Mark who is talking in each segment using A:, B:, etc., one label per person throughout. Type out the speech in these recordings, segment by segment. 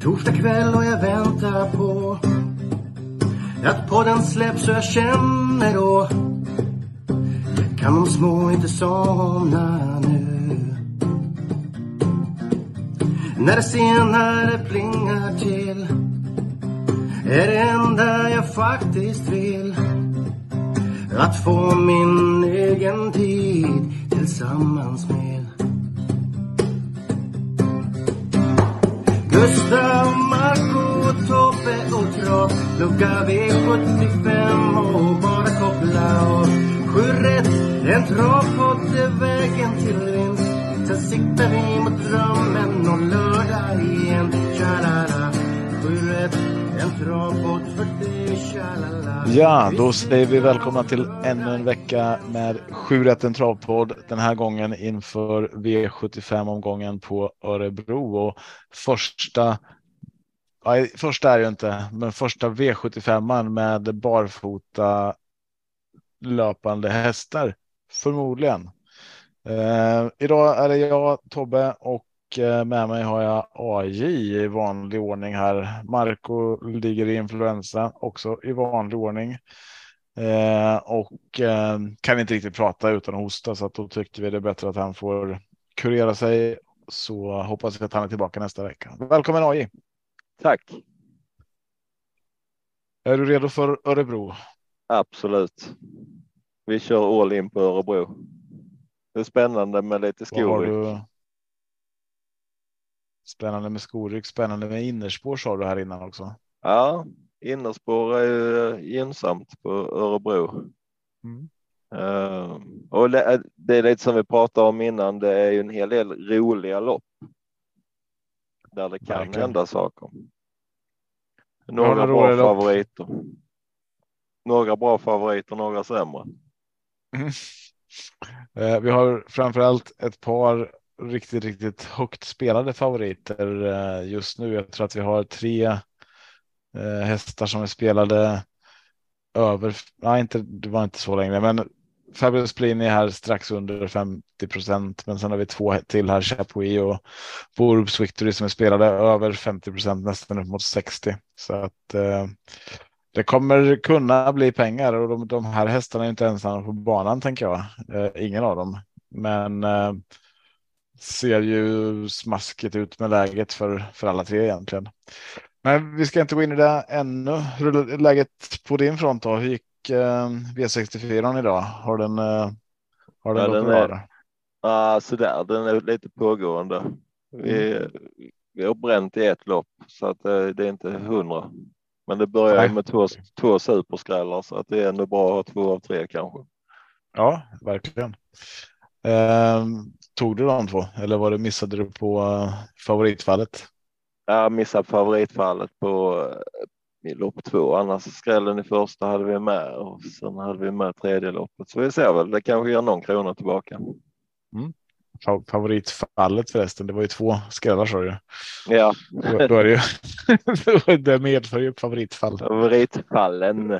A: Torsdag kväll och jag väntar på att podden släpps och jag känner då kan de små inte somna nu. När det senare plingar till är det enda jag faktiskt vill att få min egen tid tillsammans med Gustav, Marco, Tobbe och Trav. Lucka V75 och bara koppla av. 7 rätt, en travpodd är vägen till vinst. Sen siktar vi mot drömmen om lördag igen. Tjalala, 7 rätt, en travpodd för dig. Tjalala.
B: Ja, då säger vi välkomna till ännu en vecka med 7 rätt, en travpodd. Den här gången inför V75-omgången på Örebro. Och första är ju inte, men första V75 med barfota löpande hästar förmodligen. Idag är det jag, Tobbe, och med mig har jag AJ i vanlig ordning här. Marco ligger i influensa också i vanlig ordning. Kan inte riktigt prata utan att hosta, så att då tyckte vi det är bättre att han får kurera sig. Så hoppas jag att han är tillbaka nästa vecka. Välkommen AJ.
C: Tack.
B: Är du redo för Örebro?
C: Absolut. Vi kör all in på Örebro. Det är spännande med lite skoryck.
B: Spännande med skoryck, spännande med innerspår sa du här innan också.
C: Ja, innerspår är ju gynnsamt på Örebro. Och det är lite som vi pratade om innan, det är ju en hel del roliga lopp. Där det kan hända saker. Några bra favoriter. Några bra favoriter, några sämre.
B: Vi har framförallt ett par riktigt högt spelade favoriter just nu. Jag tror att vi har 3 hästar som är spelade över, det var inte så länge, men Fabulous Plini är här strax under 50%, men sen har vi 2 till här, Chapuis och Borups Victory, som är spelade över 50%, nästan upp mot 60%. Så att det kommer kunna bli pengar, och de här hästarna är inte ensamma på banan, tänker jag. Ingen av dem, men ser ju smaskigt ut med läget för alla 3 egentligen. Men vi ska inte gå in i det ännu. Hur är läget på din front då? Hur gick V64 idag? Har den gått bra?
C: Sådär, den är lite pågående. Vi har bränt i ett lopp, så att det är inte 100. Men det börjar med två superskrällar, så att det är ändå bra att ha 2 av 3 kanske.
B: Ja, verkligen. Tog du de 2 eller missade du på favoritfallet?
C: Jag missade favoritfallet på i lopp 2. Annars skrällen i första hade vi med, och sen hade vi med 3:e loppet. Så vi ser väl, det kanske ger någon krona tillbaka.
B: Favoritfallet förresten, det var ju 2 skrällar, sa du.
C: Ja.
B: Då är det ju det medför ju favoritfall.
C: Favoritfallen.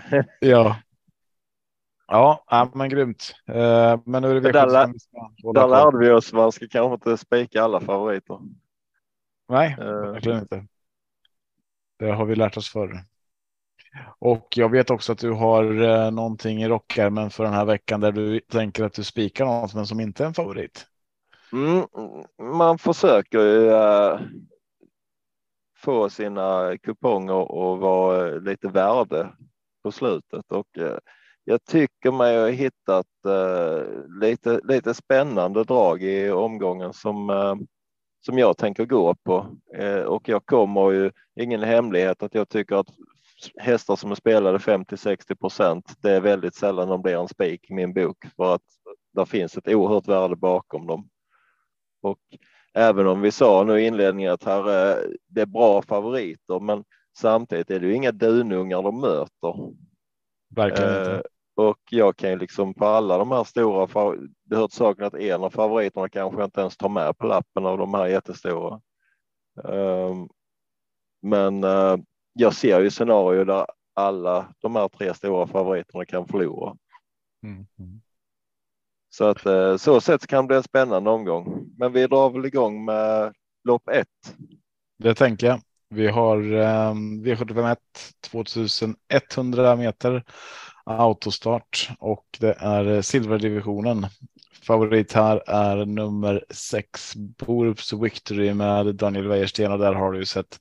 B: Ja, men grymt. Men nu är det
C: där lärde vi oss, man ska kanske inte spika alla favoriter.
B: Nej, verkligen inte. Det har vi lärt oss förr. Och jag vet också att du har någonting i rockärmen för den här veckan där du tänker att du spikar något, men som inte är en favorit.
C: Man försöker ju få sina kuponger och vara lite värde på slutet, och jag tycker mig ha hittat lite spännande drag i omgången som jag tänker gå på, och jag kommer ju, ingen hemlighet att jag tycker att hästar som är spelade 50-60%, det är väldigt sällan de blir en spik i min bok, för att där finns ett oerhört värde bakom dem. Och även om vi sa nu i inledningen att här det är bra favoriter, men samtidigt är det ju inga dunungar de möter.
B: Verkligen inte.
C: Och jag kan ju liksom på alla de här stora, det hört saken att en av favoriterna kanske inte ens tar med på lappen av de här jättestora. Men jag ser ju scenario där alla de här 3 stora favoriterna kan förlora. Så att så sätt kan det bli en spännande omgång. Men vi drar väl igång med lopp 1.
B: Det tänker jag. Vi har V751 2100 meter autostart och det är silverdivisionen. Favorit här är nummer 6 Borups Victory med Daniel Wäjersten, och där har du ju sett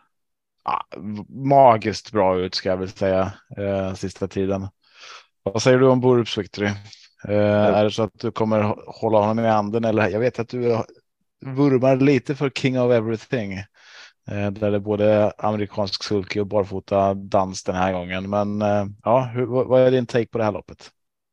B: magiskt bra ut, ska jag väl säga, sista tiden. Vad säger du om Borups Victory? Är det så att du kommer hålla honom i anden, eller jag vet att du vurmar lite för King of Everything, där det är både amerikansk sulky och barfota dans den här gången. Men ja, vad är din take på det här loppet?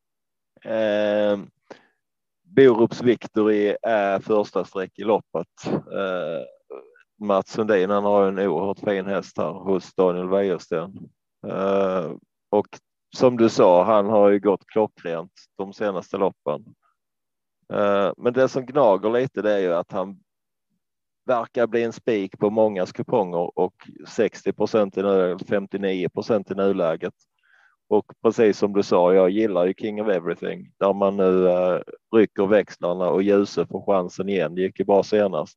C: Borups Victory är första streck i loppet. Mats Sundin, han har en oerhört fin häst här hos Daniel Wäjersten. Och som du sa, han har ju gått klockrent de senaste loppen. Men det som gnager lite, det är ju att han verkar bli en spik på mångas kuponger, och 60% i nuläget, 59% i nuläget. Och precis som du sa, jag gillar ju King of Everything, där man nu rycker växlarna och Ljuse får chansen igen. Det gick ju bra senast.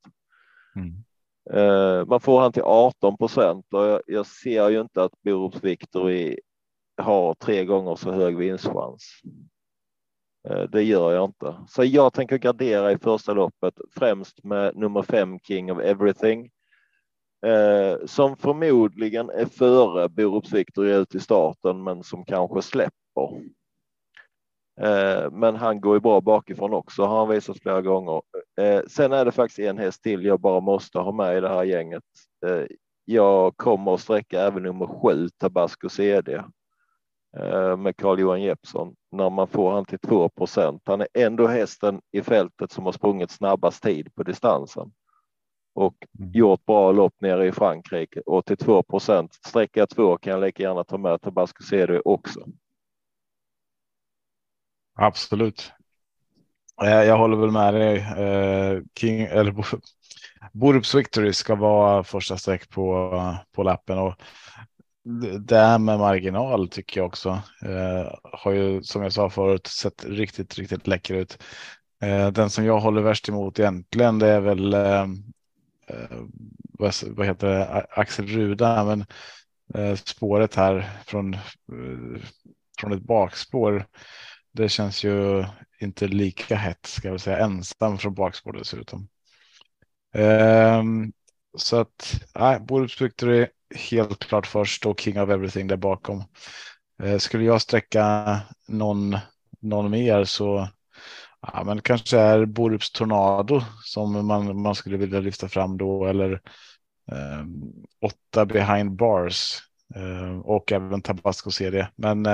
C: Man får han till 18%, och jag ser ju inte att Borups Victory har 3 gånger så hög vinstchans. Det gör jag inte. Så jag tänker gardera i första loppet, främst med nummer 5 King of Everything. Som förmodligen är före Borups Victory ut i starten, men som kanske släpper. Men han går ju bra bakifrån också, har han visat flera gånger. Sen är det faktiskt en häst till jag bara måste ha med i det här gänget. Jag kommer att sträcka även nummer 7 Tabasco CD med Carl-Johan Jeppsson, när man får han till 2%. Han är ändå hästen i fältet som har sprungit snabbast tid på distansen och gjort bra lopp nere i Frankrike, och till 2%, sträcka 2 kan jag lika gärna ta med Tabasco CD också.
B: Absolut. Jag håller väl med dig. Borups Victory ska vara första streck på lappen, och det är med marginal tycker jag också. Har ju, som jag sa förut, sett riktigt, riktigt läcker ut. Den som jag håller värst emot egentligen, det är väl vad heter det? Axel Ruda, men spåret här från ett bakspår, det känns ju inte lika hett, ska jag säga, ensam från bakspår dessutom. Så att Borups Victory helt klart först, och King of Everything där bakom. Skulle jag sträcka någon mer, så men kanske är Borups Tornado som man skulle vilja lyfta fram då, eller 8 Behind Bars, och även Tabasco CD. Men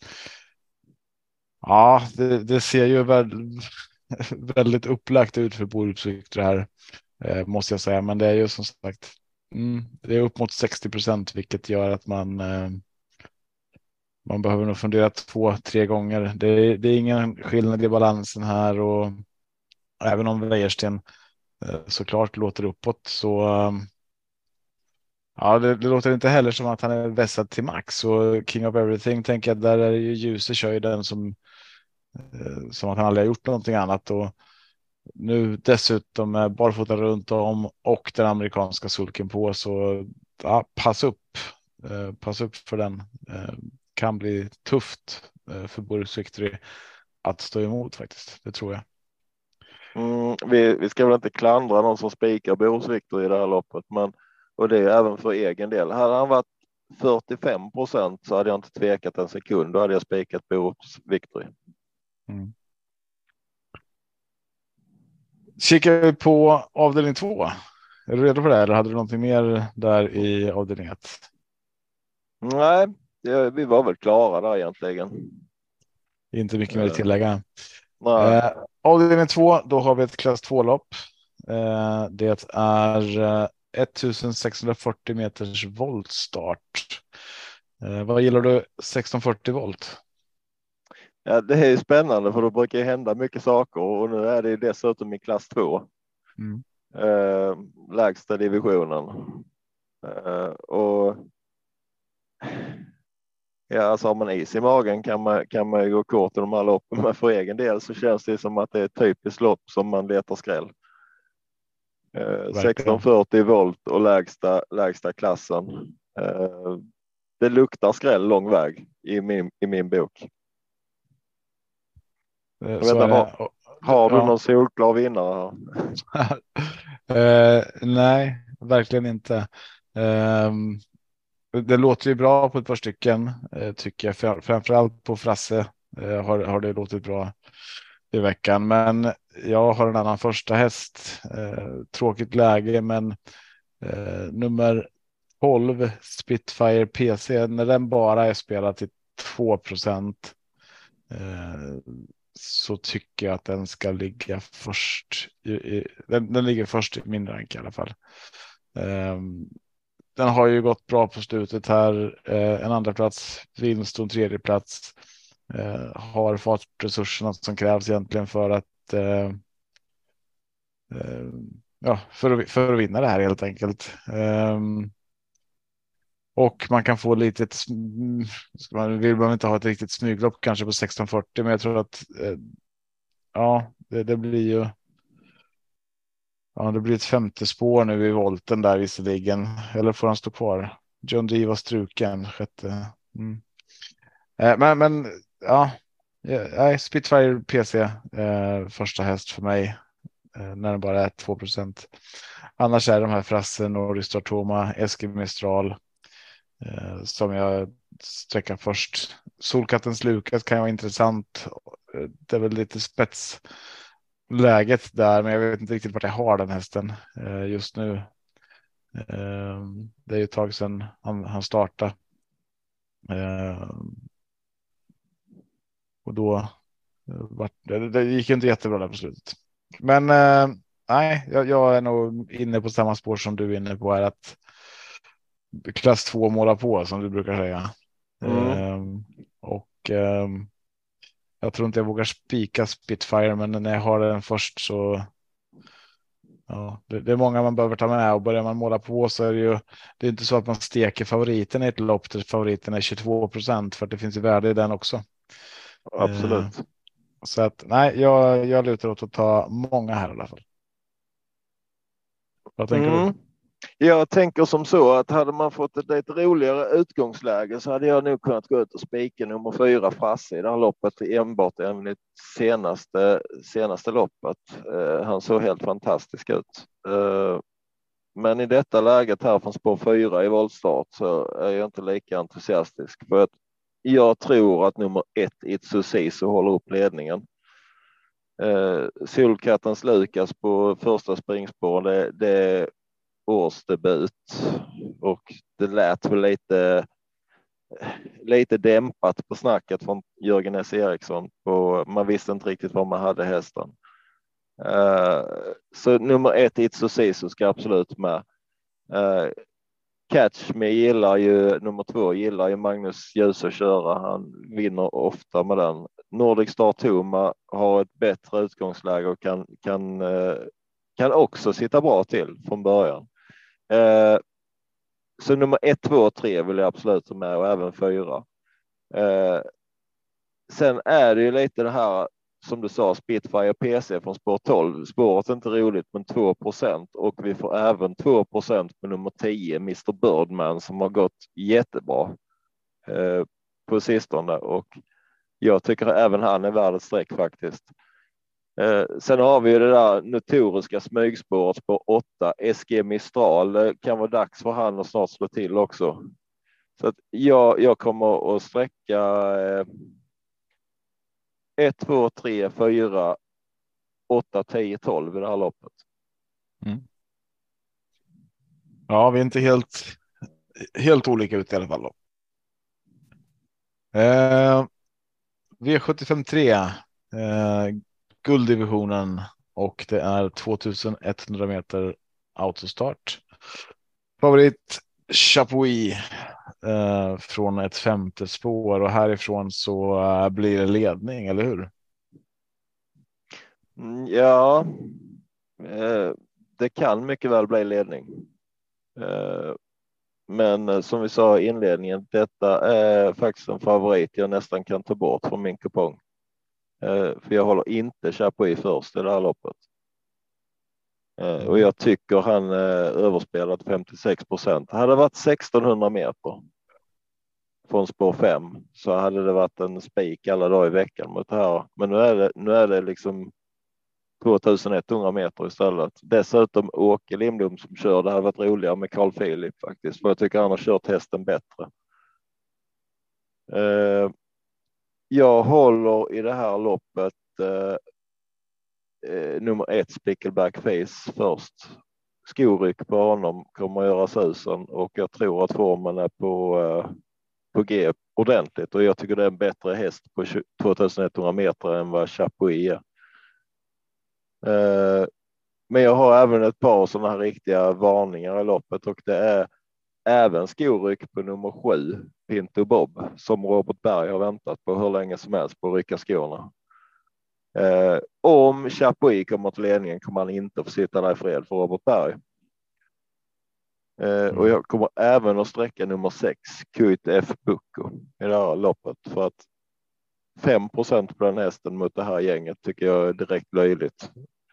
B: det ser ju väldigt upplagt ut för Borups Victory här, måste jag säga. Men det är ju som sagt, det är upp mot 60%, vilket gör att man behöver nog fundera 2-3 gånger. Det är ingen skillnad i balansen här, och även om Wäjersten såklart låter uppåt, så det låter inte heller som att han är vässad till max. Och King of Everything, tänker jag, där är ju Ljuse kör ju den som att han aldrig har gjort någonting annat, och nu dessutom med barfota runt om och den amerikanska sulken på, så pass upp för den. Kan bli tufft för Borups Victory att stå emot faktiskt, det tror jag.
C: Vi ska väl inte klandra någon som spikar Borups Victory i det här loppet, men, och det är även för egen del. Hade han varit 45% så hade jag inte tvekat en sekund, då hade jag spikat Borups Victory.
B: Kikar vi på avdelning 2. Är du redo för det, eller hade du någonting mer där i avdelning 1?
C: Nej, vi var väl klara där egentligen.
B: Inte mycket mer att tillägga.
C: Avdelning
B: 2, då har vi ett klass 2-lopp. Det är 1640 meters voltstart. Vad gillar du 1640 volt?
C: Ja, det är ju spännande, för då brukar det hända mycket saker, och nu är det dessutom i klass 2. Lägsta divisionen. Och alltså har man is i magen kan man ju gå kort i de här loppen, men för egen del så känns det som att det är ett typiskt lopp som man letar skräll.
B: Verkligen.
C: 1640 volt och lägsta klassen. Det luktar skräll lång väg i min bok. Jag vet inte, har du någon solklar vinnare
B: här? Nej, verkligen inte. Det låter ju bra på ett par stycken, tycker jag. Framförallt på Frasse har det låtit bra i veckan. Men jag har en annan första häst. Tråkigt läge, men nummer 12 Spitfire PC, när den bara är spelad till 2%, så tycker jag att den ska ligga först. Den ligger först i min rank i alla fall. Den har ju gått bra på slutet här. En andra plats, vinst och en tredje plats. Har fått resurserna som krävs egentligen för att för att vinna det här helt enkelt. Och man kan få lite, vill man inte ha ett riktigt smyglopp kanske på 1640, men jag tror att det blir ju det blir ett femte spår nu i volten där visserligen, eller får han stå kvar? John D var struken sjätte. Men Spitfire PC första häst för mig när den bara är 2%. Annars är de här Frasse, Norris Toma, Eskil Mistral som jag sträcker först. Solkattens Lukas kan vara intressant. Det är väl lite spetsläget där, men jag vet inte riktigt vart jag har den hästen just nu. Det är ju ett tag sedan han startade. Och då det gick inte jättebra där på slutet. Men nej, jag är nog inne på samma spår som du är inne på, är att klass 2 måla på, som du brukar säga. Jag tror inte jag vågar spika Spitfire, men när jag har den först så det är många man behöver ta med, och börjar man måla på så är det är inte så att man steker favoriten i ett lopp där favoriten är 22%, för att det finns ju värde i den också.
C: Absolut.
B: Så att nej, jag lutar åt att ta många här i alla fall. Vad tänker du?
C: Jag tänker som så att hade man fått ett lite roligare utgångsläge så hade jag nog kunnat gå ut och spika nummer 4 Frasse i det här loppet enbart enligt senaste loppet. Han såg helt fantastisk ut. Men i detta läget här från spår 4 i voltstart så är jag inte lika entusiastisk, för att jag tror att nummer 1 Itsusi så håller upp ledningen. Solkattens Lukas på första springspår, det är årsdebut och det lät väl lite dämpat på snacket från Jörgen S. Eriksson, och man visste inte riktigt var man hade hästen. Så nummer 1 Itsusi så ska absolut med. Catch Me gillar ju, nummer 2 gillar ju Magnus Djuse att köra. Han vinner ofta med den. Nordic Star Toma har ett bättre utgångsläge och kan också sitta bra till från början. Så nummer 1, 2 och 3 vill jag absolut med, och även 4. Sen är det ju lite det här som du sa, Spitfire PC från spår 12. Spåret är inte roligt, men 2%, och vi får även 2% på nummer 10 Mr. Birdman, som har gått jättebra på sistone, och jag tycker även han är värd ett streck faktiskt. Sen har vi ju det där notoriska smygspåret på 8 SG Mistral. Det kan vara dags för han att snart slå till också. Så att jag kommer att sträcka 1, 2, 3, 4, 8, 10, 12 i det här loppet.
B: Ja, vi är inte helt olika ut i alla fall då. V75 gulddivisionen, och det är 2100 meter autostart. Favorit Chapuis från ett femte spår, och härifrån så blir det ledning, eller hur?
C: Ja, det kan mycket väl bli ledning. Men som vi sa i inledningen, detta är faktiskt en favorit jag nästan kan ta bort från min kupong. För jag håller inte Chapuis först i det här loppet. Och jag tycker han överspelat 56%. Hade det varit 1600 meter från spår 5 så hade det varit en spik alla dagar i veckan mot det här. Men nu är det liksom 2100 meter istället. Dessutom Åke Lindblom som kör. Det hade varit roligare med Carl Philip faktiskt. För jag tycker han har kört hästen bättre. Jag håller i det här loppet nummer 1 Spickleback Face först. Skoryck på honom kommer att göra susen och jag tror att formen är på G ordentligt och jag tycker det är en bättre häst på 2100 meter än vad Chapuis är. Men jag har även ett par sådana här riktiga varningar i loppet och det är även skoryck på nummer 7 Pinto Bob som Robert Berg har väntat på hur länge som helst på att rycka skorna. Om Chapuis kommer till ledningen kommer han inte få sitta där i fred för Robert Berg. Och jag kommer även att sträcka nummer 6 Kuit F. Bucco i det här loppet för att 5% på den hästen mot det här gänget tycker jag är direkt löjligt.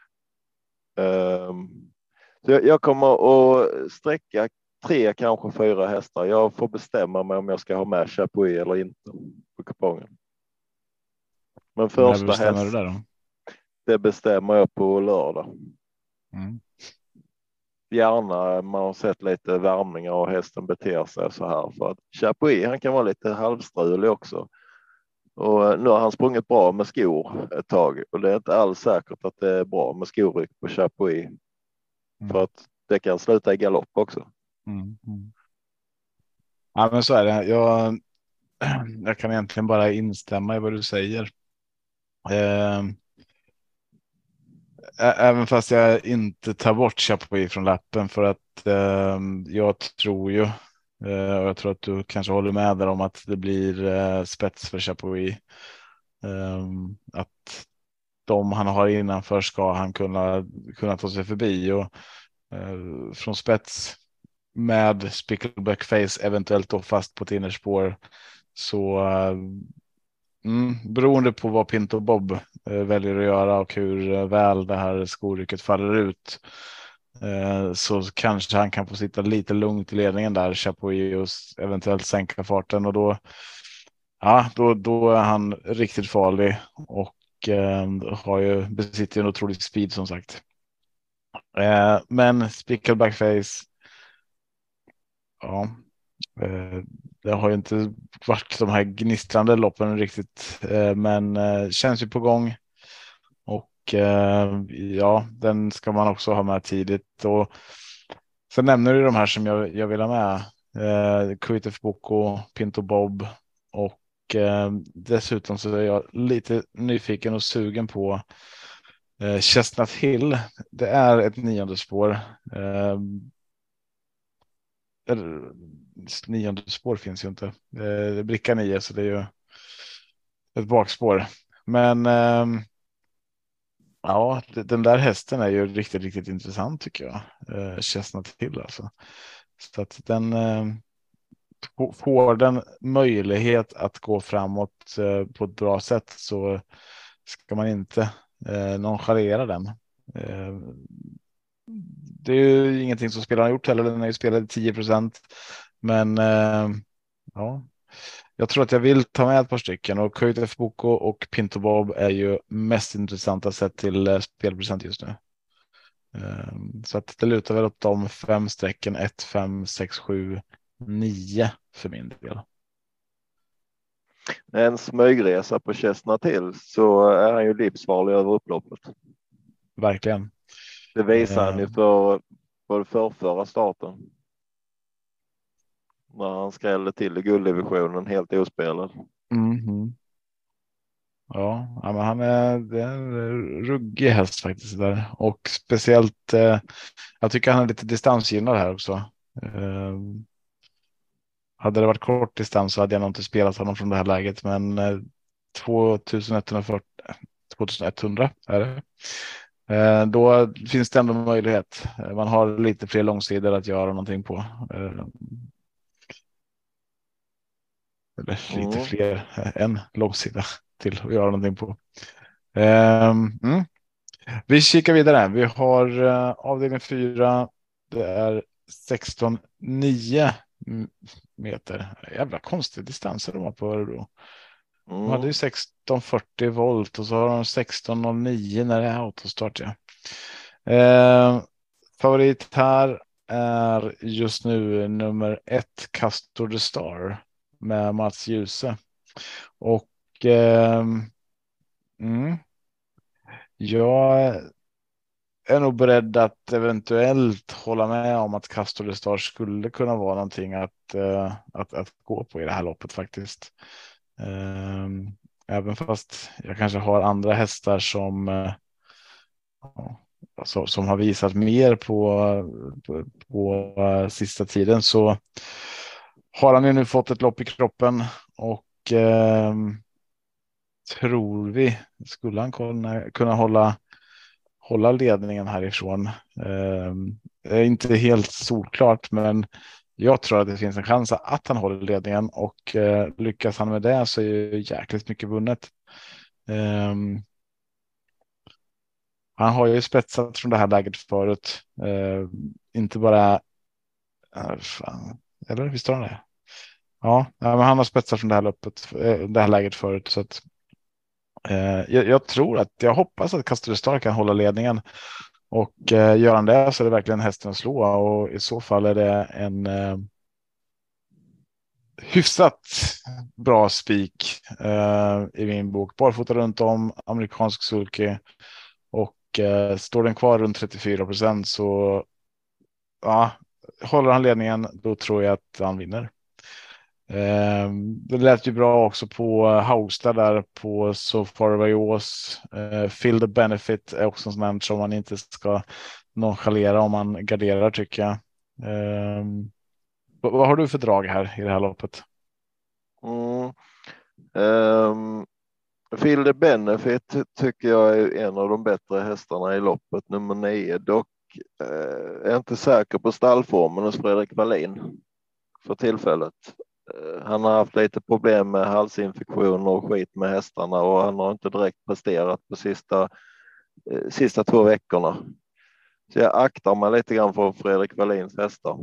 C: Så jag kommer att sträcka 3 kanske 4 hästar. Jag får bestämma mig om jag ska ha med Chapuis eller inte på kupongen. Men första häst,
B: du där då?
C: det bestämmer jag på lördag. Gärna man har sett lite värmningar och hästen beter sig så här för att Chapuis han kan vara lite halvstrulig också. Och nu har han sprungit bra med skor ett tag och det är inte alls säkert att det är bra med skoryck på Chapuis. För att det kan sluta i galopp också.
B: Ja men så är det. Jag kan egentligen bara instämma i vad du säger. Även fast jag inte tar bort Chapuis från lappen för att jag tror ju och jag tror att du kanske håller med där om att det blir spets för Chapuis. Att de han har innanför ska han kunna ta sig förbi och från spets med Spickleback Face eventuellt då fast på ett innerspår så beroende på vad Pinto Bob väljer att göra och hur väl det här skorycket faller ut så kanske han kan få sitta lite lugnt i ledningen där Chapuis och eventuellt sänka farten och då är han riktigt farlig och besitter en otrolig speed som sagt. Men Spickleback Face det har ju inte varit de här gnistrande loppen riktigt men känns ju på gång och den ska man också ha med tidigt och sen nämner du de här som jag vill ha med Kuit F. Bucco, Pinto Bob och dessutom så är jag lite nyfiken och sugen på Chestnut Hill. Det är ett 9:e spår. 9:e spår finns ju inte. Bricka 9 så det är ju ett bakspår. Men den där hästen är ju riktigt, riktigt intressant tycker jag. Chestnut Hill alltså. Så att den får den möjlighet att gå framåt på ett bra sätt så ska man inte nonchalera den. Det är ju ingenting som spelarna har gjort heller. Den är ju spelad 10%. Men jag tror att jag vill ta med ett par stycken och Kuit F. Bucco och Pinto Bob är ju mest intressanta sett till spelprocent just nu. Så att det lutar väl åt de 5 strecken 1, 5, 6, 7, 9 för min del.
C: En smygresa på Chestnut Hill så är han ju livsfarlig över upploppet.
B: Verkligen.
C: Det visar han ju för förra starten. När han skrällde till i gulddivisionen helt ospelad.
B: Ja, men han är en ruggig häst faktiskt där. Och speciellt, jag tycker han är lite distansgynnad här också. Hade det varit kort distans så hade jag nog inte spelat honom från det här läget. Men 2100 är det. Då finns det ändå möjlighet. Man har lite fler långsidor att göra någonting på. Eller lite fler än långsida till att göra någonting på. Vi kikar vidare. Vi har avdelning 4. Det är 16,9 meter. Jävla konstig distanser de har på Örebro. De hade ju 16,40 volt och så har de 16,09 när det är autostart. Ja. Favorit här är just nu nummer 1 Castor the Star med Mats Djuse. Och jag är nog beredd att eventuellt hålla med om att Castor the Star skulle kunna vara någonting att gå på i det här loppet faktiskt. Även fast jag kanske har andra hästar som har visat mer på sista tiden, så har han ju nu fått ett lopp i kroppen och tror vi skulle han kunna hålla ledningen härifrån. Det är inte helt solklart, men jag tror att det finns en chans att han håller ledningen, och lyckas han med det så är ju jäkligt mycket vunnet. Han har ju spetsat från det här läget förut. Inte bara eller visst har han det? Ja, men han har spetsat från det här loppet, det här läget förut, så att jag hoppas att Castor Star kan hålla ledningen, och gör han det så är det verkligen hästen att slå, och i så fall är det en hyfsat bra spik i min bok. Barfota runt om, amerikansk sulky, och står den kvar runt 34%, så ja, håller han ledningen, då tror jag att han vinner. Det lät ju bra också på Haugstad där på So Far Away Ås. Feel the Benefit är också en sån som man inte ska nonchalera om man garderar, tycker jag. Vad har du för drag här i det här loppet?
C: Feel the Benefit tycker jag är en av de bättre hästarna i loppet, nummer 9. Dock är jag inte säker på stallformen hos Fredrik Wallin för tillfället. Han har haft lite problem med halsinfektioner och skit med hästarna, och han har inte direkt presterat på sista 2 veckorna. Så jag aktar mig lite grann för Fredrik Wallins hästar.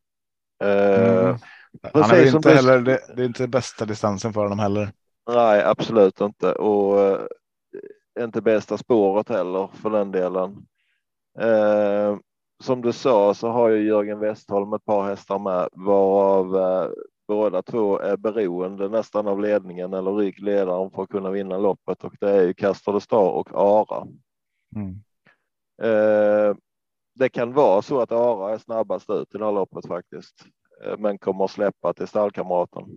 B: Han är inte heller, det är inte bästa distansen för honom heller.
C: Nej, absolut inte. Och inte bästa spåret heller för den delen. Som du sa så har ju Jörgen Westholm ett par hästar med, varav båda 2 är beroende nästan av ledningen eller ryggledaren för att kunna vinna loppet, och det är ju Castor the Star och Ara. Det kan vara så att Ara är snabbast ut i det här loppet faktiskt, men kommer att släppa till stallkamraten.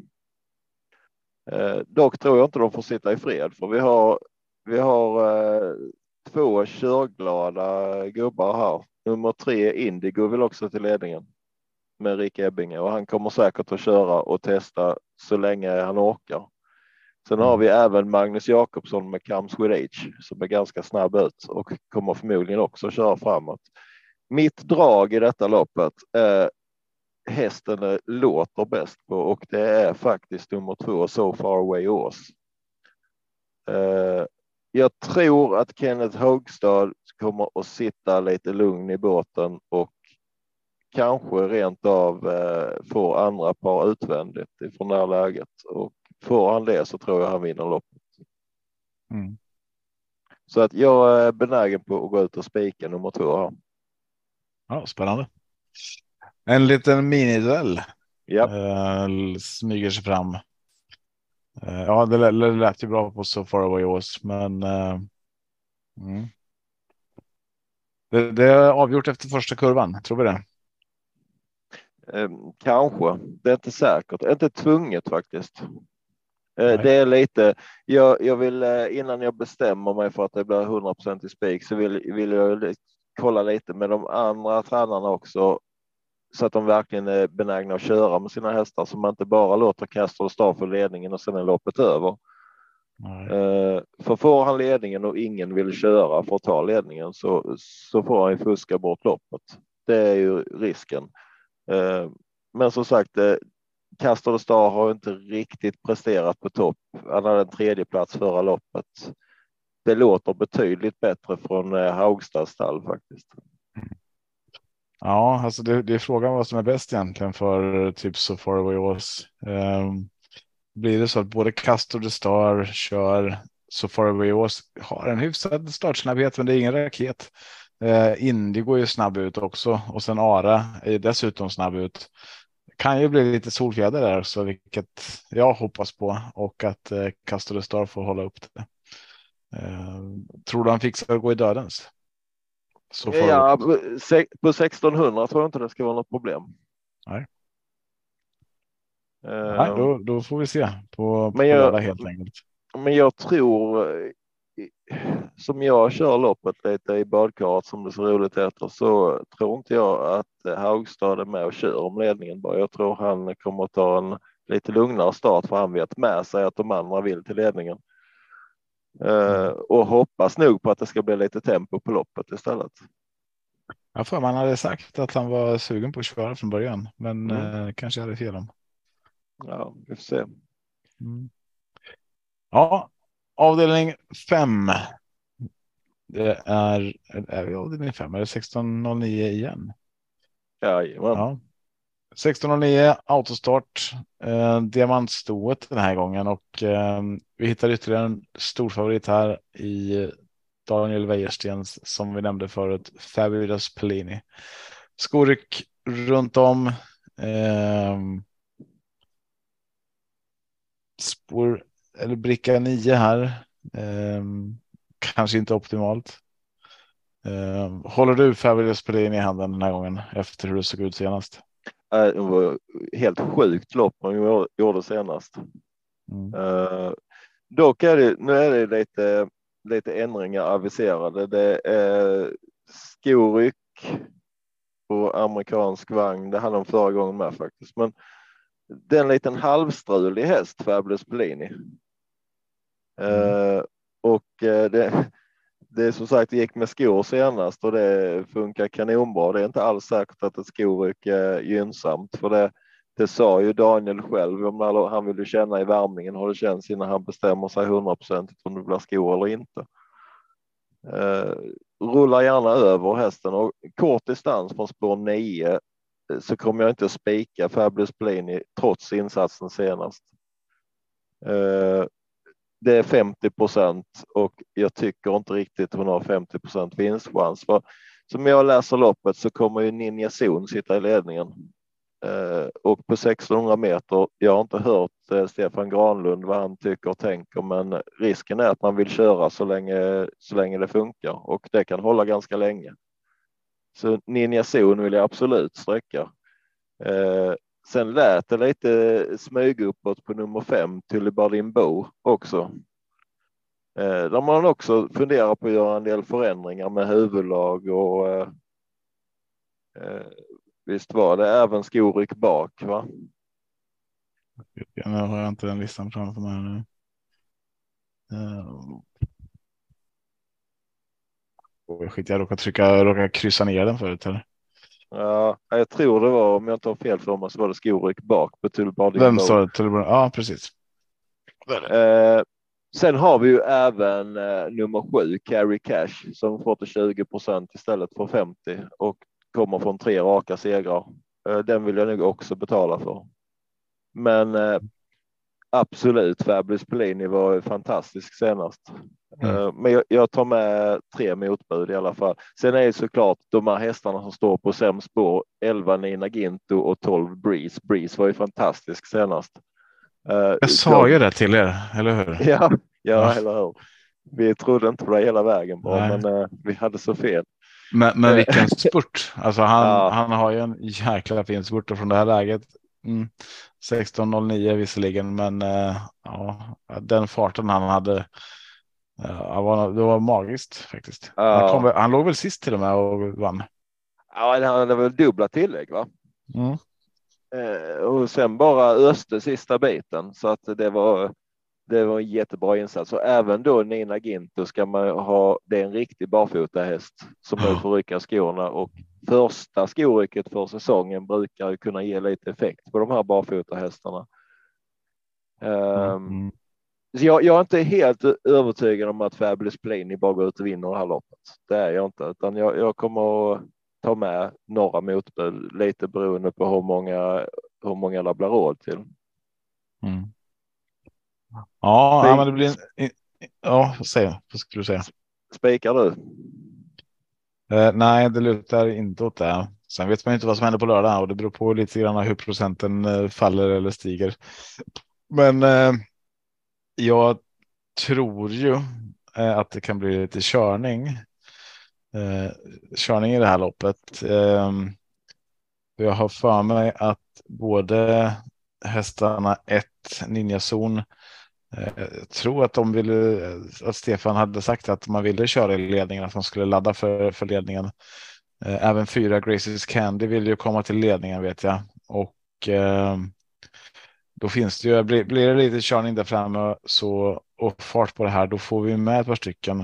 C: Dock tror jag inte de får sitta i fred, för vi har 2 körglada gubbar här. Nummer 3 Indigo vill också till ledningen med Rick Ebbinge, och han kommer säkert att köra och testa så länge han orkar. Sen har vi även Magnus Jakobsson med Comes With Age som är ganska snabb ut och kommer förmodligen också köra framåt. Mitt drag i detta loppet hästen låter bäst på, och det är faktiskt nummer 2 So Far Away Ås. Jag tror att Kenneth Haugstad kommer att sitta lite lugn i båten och kanske rent av får andra par utvändigt ifrån det här läget, och får han det så tror jag han vinner loppet. Så att jag är benägen på att gå ut och spika nummer 2 här.
B: Ja, spännande. En liten miniduell.
C: Yep.
B: Smyger sig fram. Ja, det lät ju bra på So Far Away Ås, men det är avgjort efter första kurvan, tror vi det?
C: Kanske, det är inte säkert, det är inte tvunget faktiskt. Det är lite, jag vill innan jag bestämmer mig för att det blir 100% i spik, så vill jag kolla lite med de andra tränarna också, så att de verkligen är benägna att köra med sina hästar, så man inte bara låter Castor Star för ledningen och sen är loppet över. För får han ledningen och ingen vill köra för att ta ledningen, så får han ju fuska bort loppet. Det är ju risken. Men som sagt, Castor Star har inte riktigt presterat på topp. Han hade en 3:e plats förra loppet. det låter betydligt bättre från Haugstads stall faktiskt.
B: Ja, alltså det är frågan vad som är bäst egentligen för typ So Far Away Ås. Blir det så att både Castor de Star kör So Far Away Ås har en hyfsad startsnabbhet, men det är ingen raket. Indy går ju snabb ut också och sen Ara är dessutom snabb ut. Kan ju bli lite solfjäder där, så vilket jag hoppas på, och att Castor de Star får hålla upp det. Tror du han fixar att gå i dödens? Så
C: Ja, på 1600 tror jag inte det ska vara något problem.
B: Nej. Nej, då får vi se på lördag helt enkelt.
C: Men jag tror, som jag kör loppet lite i badkaret som det så roligt heter, så tror inte jag att Haugstad är med och kör om ledningen bara. Jag tror han kommer att ta en lite lugnare start, för han vet med sig att de andra vill till ledningen. Och hoppas nog på att det ska bli lite tempo på loppet istället.
B: Ja, för man hade sagt att han var sugen på att köra från början, men kanske hade fel om.
C: Ja, vi får se.
B: Ja, avdelning 5. Det är vi avdelning 5 eller 1609 igen?
C: Ja.
B: 1609 autostart, diamantstoet den här gången, och vi hittar ytterligare en stor favorit här i Daniel Wäjerstens, som vi nämnde förut, Fabulous Pellini. Skoryck runt om, spår eller bricka 9 här, kanske inte optimalt. Håller du Fabulous Pellini i handen den här gången efter hur det såg ut senast?
C: Det var helt sjukt lopp man gjorde senast. Dock är det lite ändringar aviserade. Det är skoryck på amerikansk vagn. Det hade de förra gången med faktiskt. Men det är en liten halvstrulig häst, Fabulous Pellini. Och det som sagt, det gick med skor senast och det funkar kanonbra. Det är inte alls säkert att ett skoryck är gynnsamt, för det sa ju Daniel själv. Om han vill ju känna i värmningen hur det känns innan han bestämmer sig 100% om det blir skor eller inte. Rulla gärna över hästen, och kort distans från spår 9 så kommer jag inte att spika Fabulous Pellini trots insatsen senast. Det är 50% och jag tycker inte riktigt hon har 50% vinstchans. För som jag läser loppet så kommer ju Ninja Zon sitta i ledningen. Och på 1600 meter, jag har inte hört Stefan Granlund vad han tycker och tänker, men risken är att man vill köra så länge det funkar, och det kan hålla ganska länge. Så Ninja Zon vill jag absolut sträcka. Sen lät det lite smyg uppåt på nummer 5 till Bardin Bo också. Där man också funderar på att göra en del förändringar med huvudlag och visst var det även skoryck bak, va?
B: Nu har jag inte den listan framför mig nu. Jag råkade kryssa ner den förut, eller?
C: Ja, jag tror det var, om jag inte har fel för mig, så var det skoryck bak på Tullbardin.
B: Den står det Tullbardin. Ja, precis.
C: Sen har vi ju även nummer 7, Carry Cash, som får till 20% istället för 50 och kommer från 3 raka segrar. Den vill jag nog också betala för. Men absolut, Fabulous Pellini var fantastisk senast. Men jag tar med 3 motbud i alla fall. Sen är det såklart de här hästarna som står på sämst spår, 11 Nina Ginto och 12 Breeze. Breeze var ju fantastisk senast.
B: Jag sa ju det till er, eller hur?
C: Ja, eller hur? Vi trodde inte på det hela vägen bara, men vi hade så fel.
B: Men vilken spurt. Alltså han har ju en jäkla fin spurt från det här läget. 16:09 visserligen, men den farten han hade, det var magiskt faktiskt. Han låg väl sist till och med och vann.
C: Ja, han hade väl dubbla tillägg, va? Och sen bara öste sista biten, så att det var en jättebra insats. Och även då Nina Ginto ska man ha, det är en riktig barfota häst som nu får rycka skorna, och första skorycket för säsongen brukar kunna ge lite effekt på de här barfota hästarna. jag är inte helt övertygad om att Fabulous Pliny bara går ut och vinner det här loppet. Det är jag inte, utan jag kommer att ta med några motbud lite beroende på hur många det blir råd till.
B: Mm. Ja, men det blir ja, vad skulle du säga?
C: Spikar du?
B: Nej, det lutar inte åt det. Sen vet man inte vad som händer på lördag och det beror på lite grann hur procenten faller eller stiger. Men jag tror ju att det kan bli lite körning i det här loppet. Jag har för mig att både hästarna 1 Ninja Zon, jag tror att de ville, att Stefan hade sagt att man ville köra i ledningen, att man skulle ladda för ledningen. Även 4 Graces Candy vill ju komma till ledningen, vet jag. Och då finns det ju, blir det lite körning där framme och fart på det här, då får vi med ett par stycken.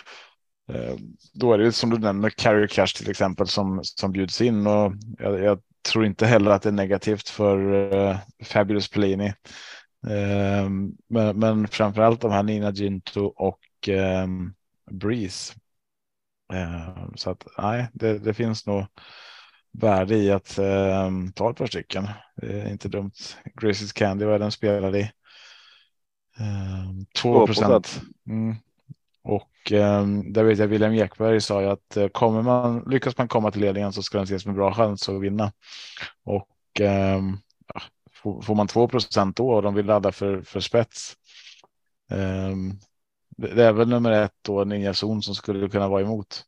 B: Då är det som du nämner Carry Cash till exempel som bjuds in, och jag tror inte heller att det är negativt för Fabulous Pliny. Men framförallt de här Nina Ginto och Breeze. Så att nej, det finns nog värde i att ta ett par stycken. Det är inte dumt. Grace's Candy, vad den spelar i? 2%. Och där vet jag William Ekberg sa ju att lyckas man komma till ledningen så ska den ses som en bra chans att vinna. Och får man 2% då och de vill ladda för spets. Det är väl nummer 1 då, Ninja Zon, som skulle kunna vara emot.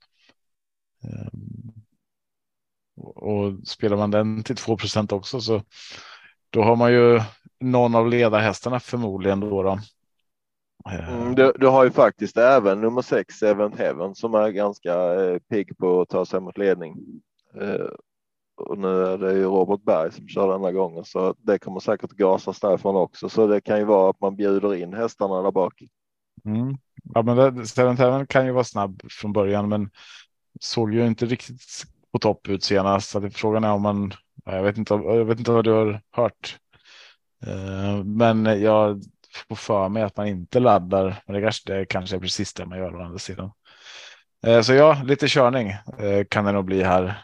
B: Och spelar man den till 2% också, så då har man ju någon av ledarhästarna förmodligen då.
C: Du har ju faktiskt även nummer 6 Event Heaven som är ganska pigg på att ta sig mot ledning. Och nu är det ju Robert Berg som kör denna gången, så det kommer säkert gasas därifrån också. Så det kan ju vara att man bjuder in hästarna där bak.
B: Ja, men Event Heaven kan ju vara snabb från början, men såg ju inte riktigt på topp ut senast. Så frågan är om man, jag vet inte vad du har hört. Men jag får för mig att man inte laddar, men det kanske är precis det man gör å andra sidan. Så ja, lite körning kan det nog bli här.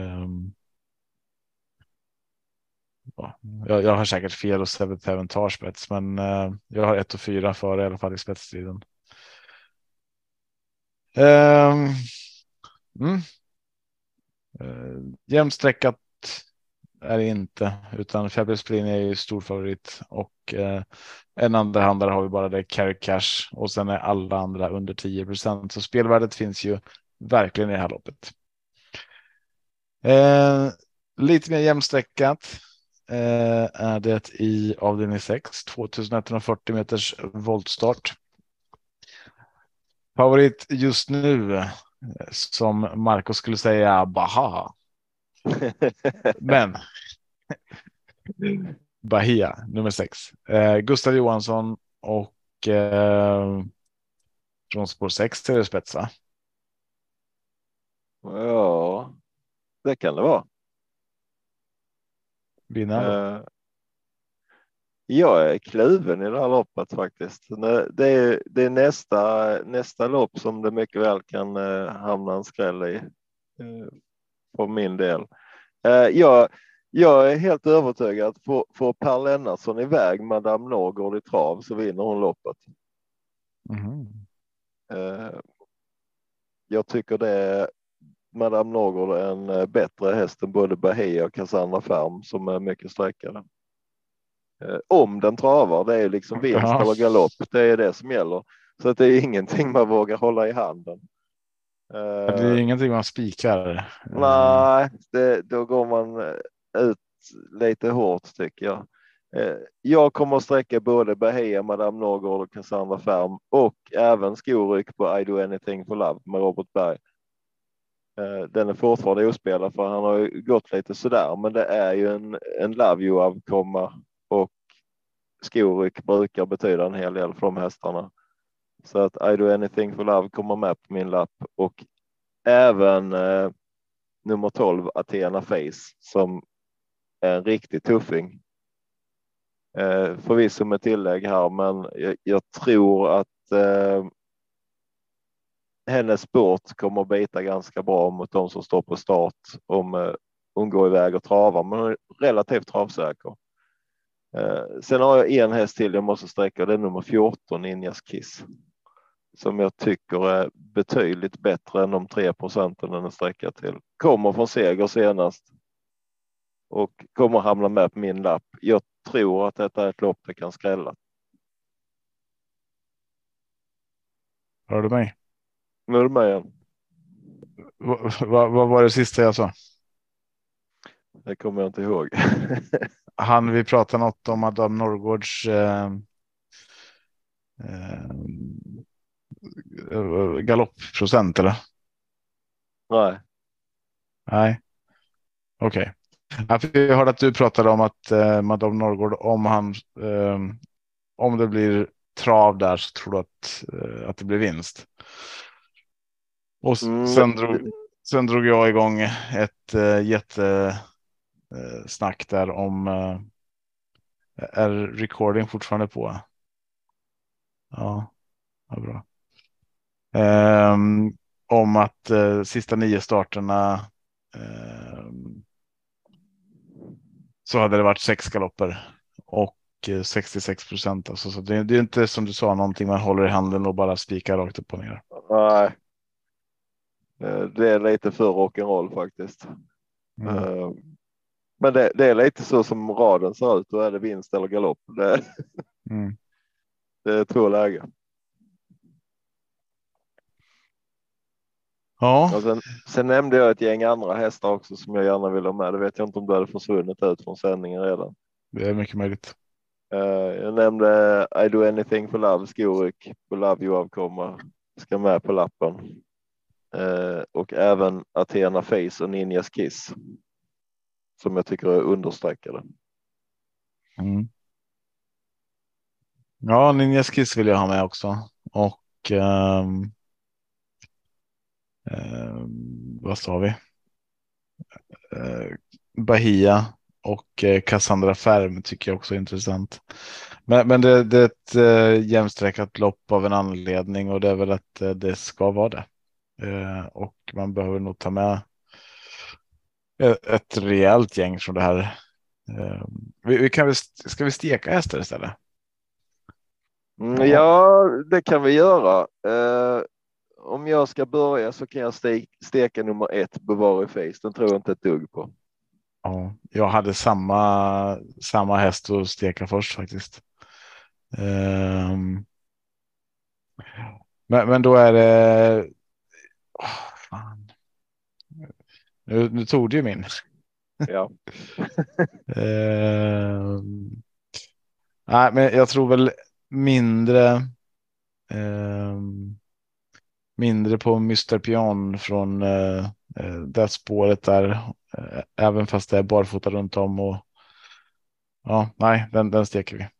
B: Jag har säkert fel och Seventh Heaven tar spets, men jag har 1 och 4 för i alla fall i spetsstriden. Jämnsträckat är det inte, utan Fabulous Pliny är ju stor favorit, och en andra handlare har vi bara det, Carry Cash, och sen är alla andra under 10%, så spelvärdet finns ju verkligen i det här loppet. Lite mer jämsträckat är det i avdelning 6, 2140 meters voltstart. Favorit just nu, som Marco skulle säga, Baha. Men Bahia, nummer 6. Gustav Johansson och från spår 6 till spetsa.
C: Ja, det kan det vara. Jag är kluven i det här loppet faktiskt. Det är nästa lopp som det mycket väl kan hamna en skräll i på min del. Jag är helt övertygad att får Per Lennartsson iväg Madame Norrgård i trav så vinner hon loppet. Jag tycker det är Madame Norrgård är en bättre häst än både Bahia och Cassandra Färm som är mycket sträckare. Om den travar, det är liksom vinst eller galopp, det är det som gäller. Så att det är ingenting man vågar hålla i handen.
B: Det är ingenting man spikar.
C: Nej, då går man ut lite hårt tycker jag. Jag kommer att sträcka både Bahia, Madame Norrgård och Cassandra Färm och även skoryck på I Do Anything for Love med Robert Berg. Den är fortfarande ospelad för han har ju gått lite sådär, men det är ju en Love You-avkomma och skoryck brukar betyda en hel del för de hästarna. Så att I Do Anything for Love kommer med på min lapp, och även nummer 12 Athena Face som är en riktig tuffing. Förvisso med tillägg här, men jag tror att hennes sport kommer att bita ganska bra mot de som står på start om hon går iväg och travar, men hon är relativt travsäker. Sen har jag en häst till jag måste sträcka, det är nummer 14, Ninjas Kiss, som jag tycker är betydligt bättre än de 3% den är sträckad till. Kommer från seger senast och kommer hamna med på min lapp. Jag tror att detta är ett lopp det kan skrälla.
B: Hör du mig?
C: Nu är du med igen.
B: Vad var det sista jag sa?
C: Det kommer jag inte ihåg.
B: Vi pratade något om Adam Norrgårds galoppprocent, eller?
C: Nej.
B: Nej. Okej. Jag hörde att du pratade om att Madame Norrgård, om det blir trav där så tror du att det blir vinst. Och sen drog jag igång ett jättesnack där om är recording fortfarande på? Ja, bra. Om att sista 9 starterna så hade det varit 6 galopper och 66%. Alltså, så det är inte som du sa någonting man håller i handen och bara spikar rakt upp och ner.
C: Nej. Det är lite för rock'n'roll faktiskt. Men det är lite så som raden ser ut. Då är det vinst eller galopp. Det är 2 läger.
B: Ja.
C: Sen nämnde jag ett gäng andra hästar också som jag gärna vill ha med. Det vet jag inte om det hade försvunnit ut från sändningen redan.
B: Det är mycket möjligt.
C: Jag nämnde I Do Anything for Love, Skorik på Love You avkomma. Ska med på lappen. Och även Athena Face och Ninjas Kiss. Som jag tycker är understreckade.
B: Ja, Ninjas Kiss vill jag ha med också. Och vad sa vi? Bahia och Cassandra Färm tycker jag också är intressant. Men det är ett jämsträckat lopp av en anledning, och det är väl att det ska vara det. Och man behöver nog ta med ett rejält gäng från det här. Ska vi steka hästar istället?
C: Ja, det kan vi göra. Om jag ska börja så kan jag steka nummer 1, Bovary Face. Den tror jag inte ett dugg på.
B: Ja, jag hade samma häst att steka först faktiskt. Men då är det fan. Nu tog du ju min.
C: Ja.
B: Nej, men jag tror väl mindre på Mr. Pion från det spåret där, även fast det är barfota runt om, och ja, nej, den steker vi.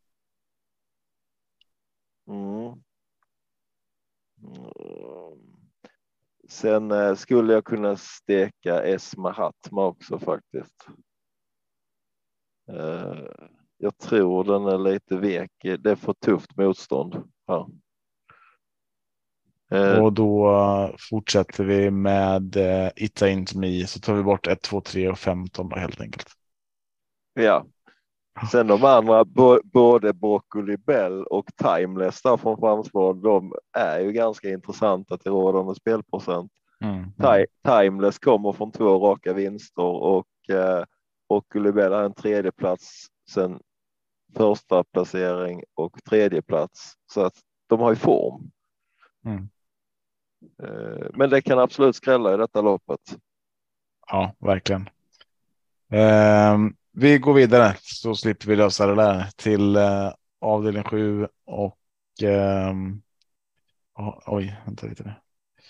C: Sen skulle jag kunna steka Esma Hatma också faktiskt. Jag tror den är lite vek. Det är för tufft motstånd. Ja.
B: Och då fortsätter vi med It Ain't Me, så tar vi bort 1, 2, 3 och 15 då, helt enkelt.
C: Ja. Sen de andra, både Broccoli Bell och Timeless där från framspår, de är ju ganska intressanta till rådande spelprocent. Timeless kommer från 2 raka vinster och Broccoli Bell har en 3:e plats, sen första placering och 3:e plats. Så att de har ju form. Men det kan absolut skrälla i detta loppet.
B: Ja, verkligen. Vi går vidare så slipper vi lösa det där till avdelning 7 och oj, vänta lite nu.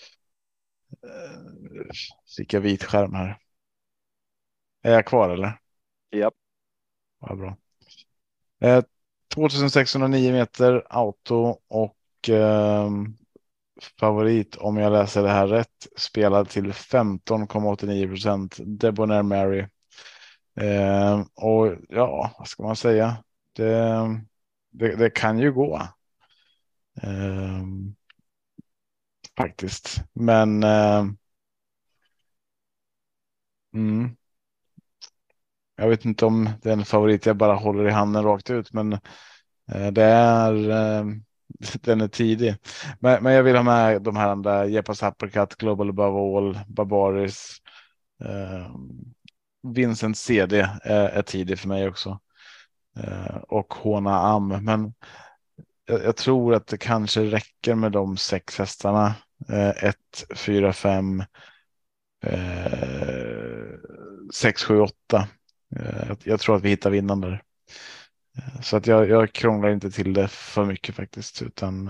B: Fick jag vit skärm här. Är jag kvar eller?
C: Ja.
B: Ja, bra. 2609 meter auto och favorit, om jag läser det här rätt, spelad till 15,89%, Debonair Mary. Och ja, vad ska man säga? Det kan ju gå. Faktiskt. Men jag vet inte om det är en favorit jag bara håller i handen rakt ut, men den är tidig. Men jag vill ha med de här andra: Jepas Uppercut, Global Above All, Barbaris, Vincent CD är tidig för mig också. Och Hona Am. Men jag tror att det kanske räcker med de 6 hästarna. 1, 4, 5, 6, 7, 8. Jag tror att vi hittar vinnaren där. Så att jag krånglar inte till det för mycket faktiskt, utan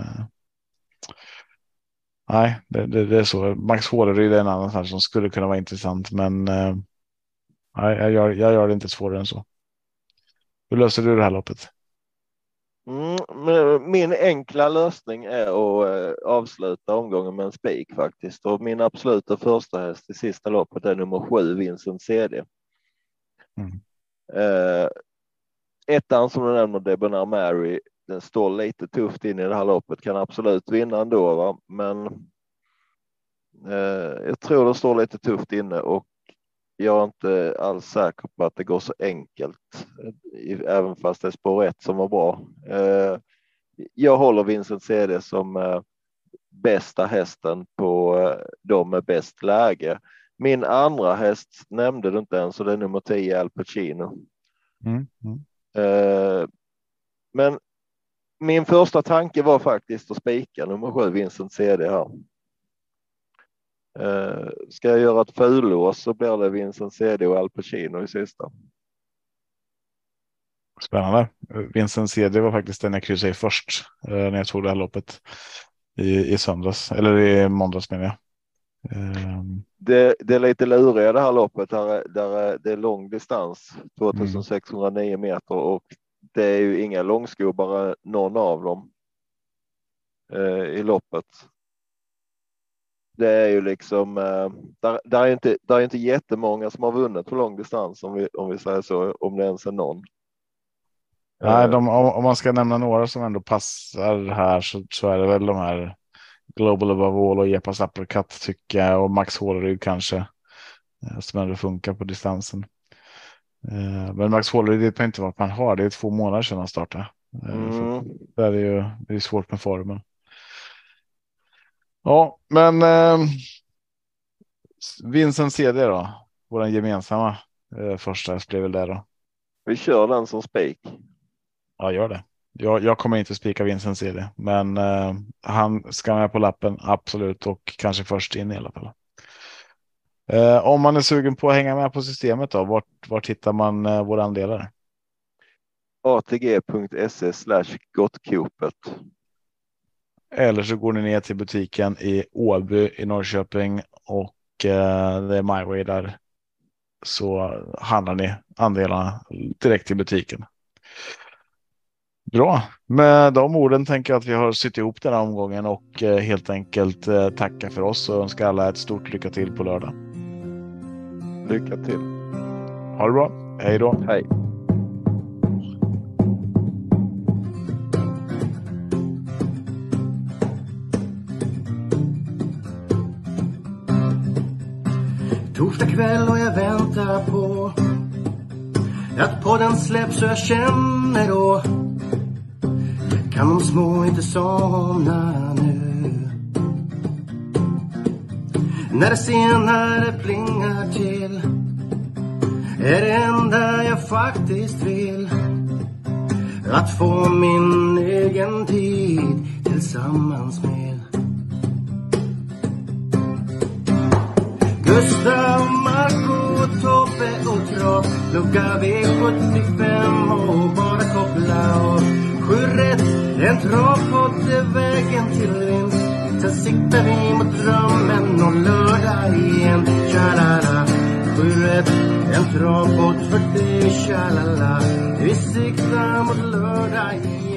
B: nej, det är så. Max Håleryd är en annan här som skulle kunna vara intressant, men nej, jag gör det inte svårare än så. Hur löser du det här loppet?
C: Min enkla lösning är att avsluta omgången med en spik faktiskt. Och min absoluta första häst i sista loppet är nummer 7, Vincent CD. Ettan som du nämner, Debonair Mary, den står lite tufft in i det här loppet, kan absolut vinna ändå, va? Men jag tror det står lite tufft inne, och jag är inte alls säker på att det går så enkelt, även fast det är spår 1 som var bra. Jag håller Vincent CD som bästa hästen på dem med bäst läge. Min andra häst nämnde du inte ens, så det är nummer 10, Al Pacino. Men min första tanke var faktiskt att spika nummer 7, Vincent CD här. Ska jag göra ett fullås så blir det Vincent CD och Al Pacino i sista.
B: Spännande. Vincent CD var faktiskt den jag kryssade i först när jag tog det här loppet i söndags, eller i måndags menar jag.
C: Det är lite luriga det här loppet där det är lång distans, 2609 meter, och det är ju inga långskor, bara någon av dem i loppet. Det är ju liksom där är inte jättemånga som har vunnit på lång distans, om vi säger så, om det ens är någon.
B: Nej, om man ska nämna några som ändå passar här, så är det väl de här Global Above All och Jepas Uppercut tycker jag, och Max Håleryd kanske, som ändå funkar på distansen. Men Max Håleryd vet man inte vad man har. Det är 2 månader sedan han startade. Det är svårt med formen. Ja, men Vincent CD då, vår gemensamma första blir väl där då.
C: Vi kör den som spik.
B: Ja, gör det. Jag kommer inte spika Vincent CD, men han ska med på lappen, absolut, och kanske först in i alla fall. Om man är sugen på att hänga med på systemet då, vart hittar man våra andelar?
C: atg.se/gottkopet.
B: Eller så går ni ner till butiken i Åby i Norrköping, och det är MyWay där, så handlar ni andelarna direkt i butiken. Bra, med de orden tänker jag att vi har sytt ihop den här omgången och helt enkelt tacka för oss och önskar alla ett stort lycka till på lördag.
C: Lycka till.
B: Ha det bra, hej då.
C: Hej.
A: Torsdag kväll och jag väntar på att podden släpps, så jag känner då kan de små inte somna nu. När det senare plingar till är det enda jag faktiskt vill att få min egen tid tillsammans med Gustav, Marco, Tobbe och Trav. Lucka V75 och bara koppla av. 7 rätt, en travpodd är vägen till vinst. Sen siktar vi mot drömmen och lördag igen. Tjalala, 7 rätt, en travpodd för dig. Tjalala, vi siktar mot lördag igen.